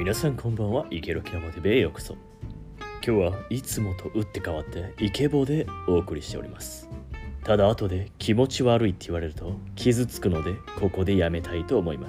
皆さんこんばんは。イケロキナモテベへようこそ。今日はいつもと打って変わってイケボでお送りしております。ただ後で気持ち悪いって言われると傷つくのでここでやめたいと思います。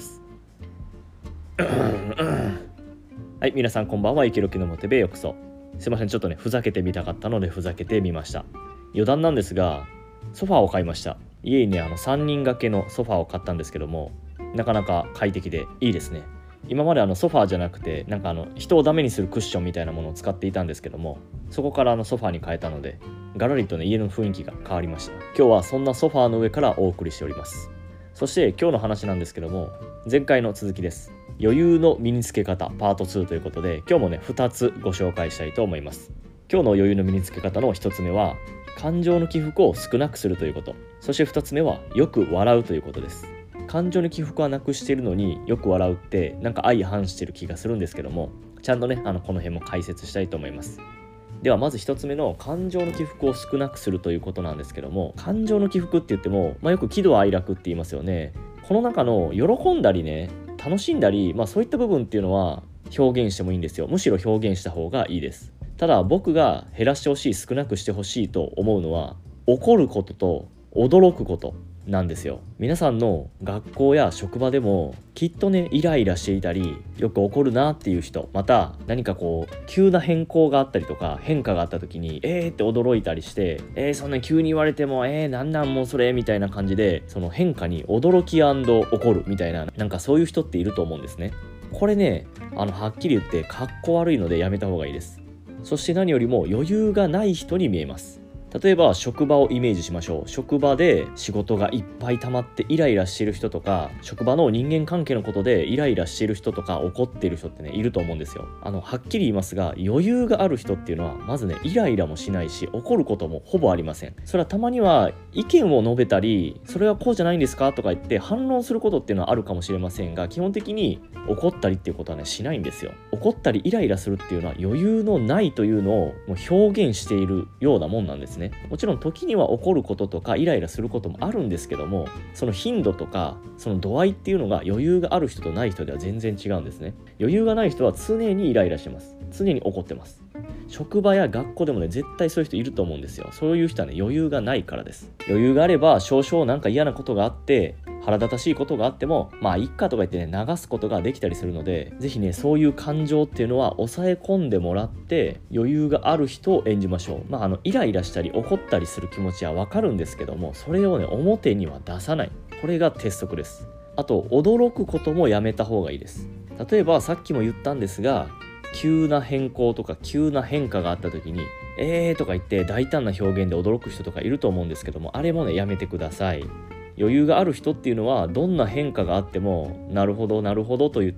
はい、皆さんこんばんは。イケロキナモテベへようこそ。すいません、ちょっとねふざけてみたかったのでふざけてみました。余談なんですが、ソファーを買いました。家にね3人掛けのソファーを買ったんですけども、なかなか快適でいいですね。今までソファーじゃなくて人をダメにするクッションみたいなものを使っていたんですけども、そこからソファーに変えたのでガラリとね家の雰囲気が変わりました。今日はそんなソファーの上からお送りしております。そして今日の話なんですけども、前回の続きです。余裕の身につけ方パート2ということで、今日もね2つご紹介したいと思います。今日の余裕の身につけ方の1つ目は感情の起伏を少なくするということ、そして2つ目はよく笑うということです。感情の起伏はなくしているのによく笑うって相反してる気がするんですけども、ちゃんとねこの辺も解説したいと思います。ではまず一つ目の感情の起伏を少なくするということなんですけども、感情の起伏って言っても、よく喜怒哀楽って言いますよね。この中の喜んだりね楽しんだり、そういった部分っていうのは表現してもいいんですよ。むしろ表現した方がいいです。ただ僕が減らしてほしい、少なくしてほしいと思うのは怒ることと驚くことなんですよ。皆さんの学校や職場でもきっとねイライラしていたりよく怒るなっていう人、また何か急な変更があったりとか変化があった時にって驚いたりして、そんな急に言われてもなんもうそれみたいな感じで、その変化に驚き&怒るみたいなそういう人っていると思うんですね。これねはっきり言ってかっこ悪いのでやめた方がいいです。そして何よりも余裕がない人に見えます。例えば職場をイメージしましょう。職場で仕事がいっぱい溜まってイライラしている人とか、職場の人間関係のことでイライラしている人とか怒っている人ってねいると思うんですよ。はっきり言いますが、余裕がある人っていうのはまずねイライラもしないし怒ることもほぼありません。それはたまには意見を述べたり、それはこうじゃないんですかとか言って反論することっていうのはあるかもしれませんが、基本的に怒ったりっていうことはねしないんですよ。怒ったりイライラするっていうのは余裕のないというのをもう表現しているようなもんなんですね。もちろん時には怒ることとかイライラすることもあるんですけども、その頻度とかその度合いっていうのが余裕がある人とない人では全然違うんですね。余裕がない人は常にイライラしてます。常に怒ってます。職場や学校でもね絶対そういう人いると思うんですよ。そういう人はね余裕がないからです。余裕があれば少々嫌なことがあって腹立たしいことがあってもいっかとか言ってね流すことができたりするので、ぜひねそういう感情っていうのは抑え込んでもらって余裕がある人を演じましょう。イライラしたり怒ったりする気持ちはわかるんですけども、それをね表には出さない。これが鉄則です。あと驚くこともやめた方がいいです。例えばさっきも言ったんですが、急な変更とか急な変化があった時にとか言って大胆な表現で驚く人とかいると思うんですけども、あれもねやめてください。余裕がある人っていうのはどんな変化があってもなるほどなるほどと言って、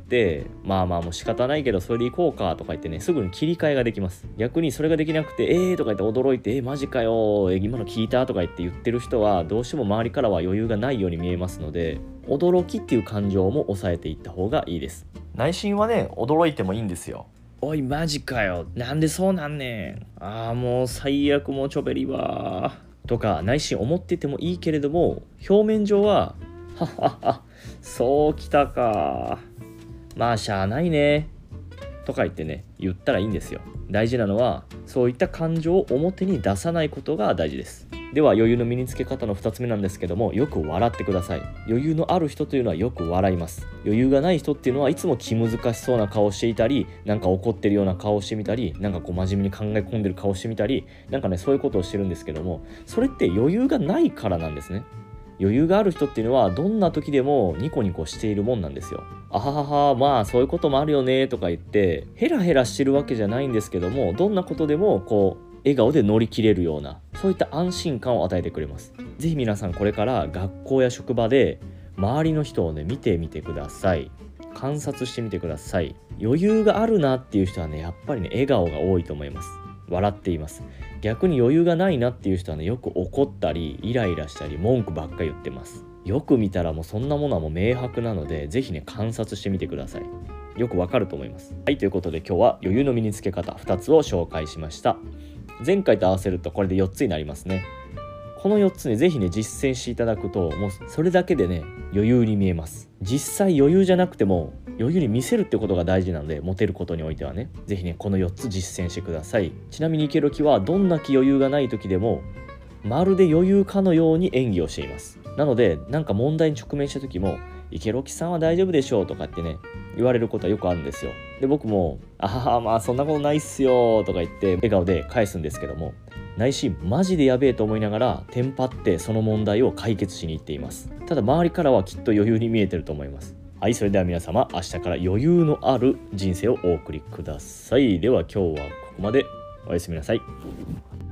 もう仕方ないけどそれでいこうかとか言ってねすぐに切り替えができます。逆にそれができなくてとか言って驚いてマジかよ今の聞いたとか言って言ってる人はどうしても周りからは余裕がないように見えますので、驚きっていう感情も抑えていった方がいいです。内心はね驚いてもいいんですよ。おいマジかよなんでそうなんねん、もう最悪もうちょべりわとか内心思っててもいいけれども、表面上ははっはっはそうきたかしゃあないねとか言ってね言ったらいいんですよ。大事なのはそういった感情を表に出さないことが大事です。では余裕の身につけ方の2つ目なんですけども、よく笑ってください。余裕のある人というのはよく笑います。余裕がない人っていうのはいつも気難しそうな顔をしていたり、怒ってるような顔をしてみたり、真面目に考え込んでる顔をしてみたり、そういうことをしてるんですけども、それって余裕がないからなんですね。余裕がある人っていうのはどんな時でもニコニコしているもんなんですよ。あはははそういうこともあるよねとか言ってヘラヘラしてるわけじゃないんですけども、どんなことでも笑顔で乗り切れるような、そういった安心感を与えてくれます。ぜひ皆さんこれから学校や職場で周りの人をね見てみてください。観察してみてください。余裕があるなっていう人はねやっぱりね笑顔が多いと思います。笑っています。逆に余裕がないなっていう人はねよく怒ったりイライラしたり文句ばっか言ってます。よく見たらもうそんなものはもう明白なので、ぜひね観察してみてください。よくわかると思います。はい、ということで今日は余裕の身につけ方2つを紹介しました。前回と合わせるとこれで4つになりますね。この4つねぜひね実践していただくと、もうそれだけでね余裕に見えます。実際余裕じゃなくても余裕に見せるってことが大事なので、モテることにおいてはね、ぜひねこの4つ実践してください。ちなみにイケロキはどんな余裕がない時でもまるで余裕かのように演技をしています。なのでなんか問題に直面した時もイケロキさんは大丈夫でしょうとかってね言われることはよくあるんですよ。で僕もまあそんなことないっすよとか言って笑顔で返すんですけども、内心マジでやべえと思いながらテンパってその問題を解決しに行っています。ただ周りからはきっと余裕に見えてると思います。はい、それでは皆様明日から余裕のある人生をお送りください。では今日はここまで。おやすみなさい。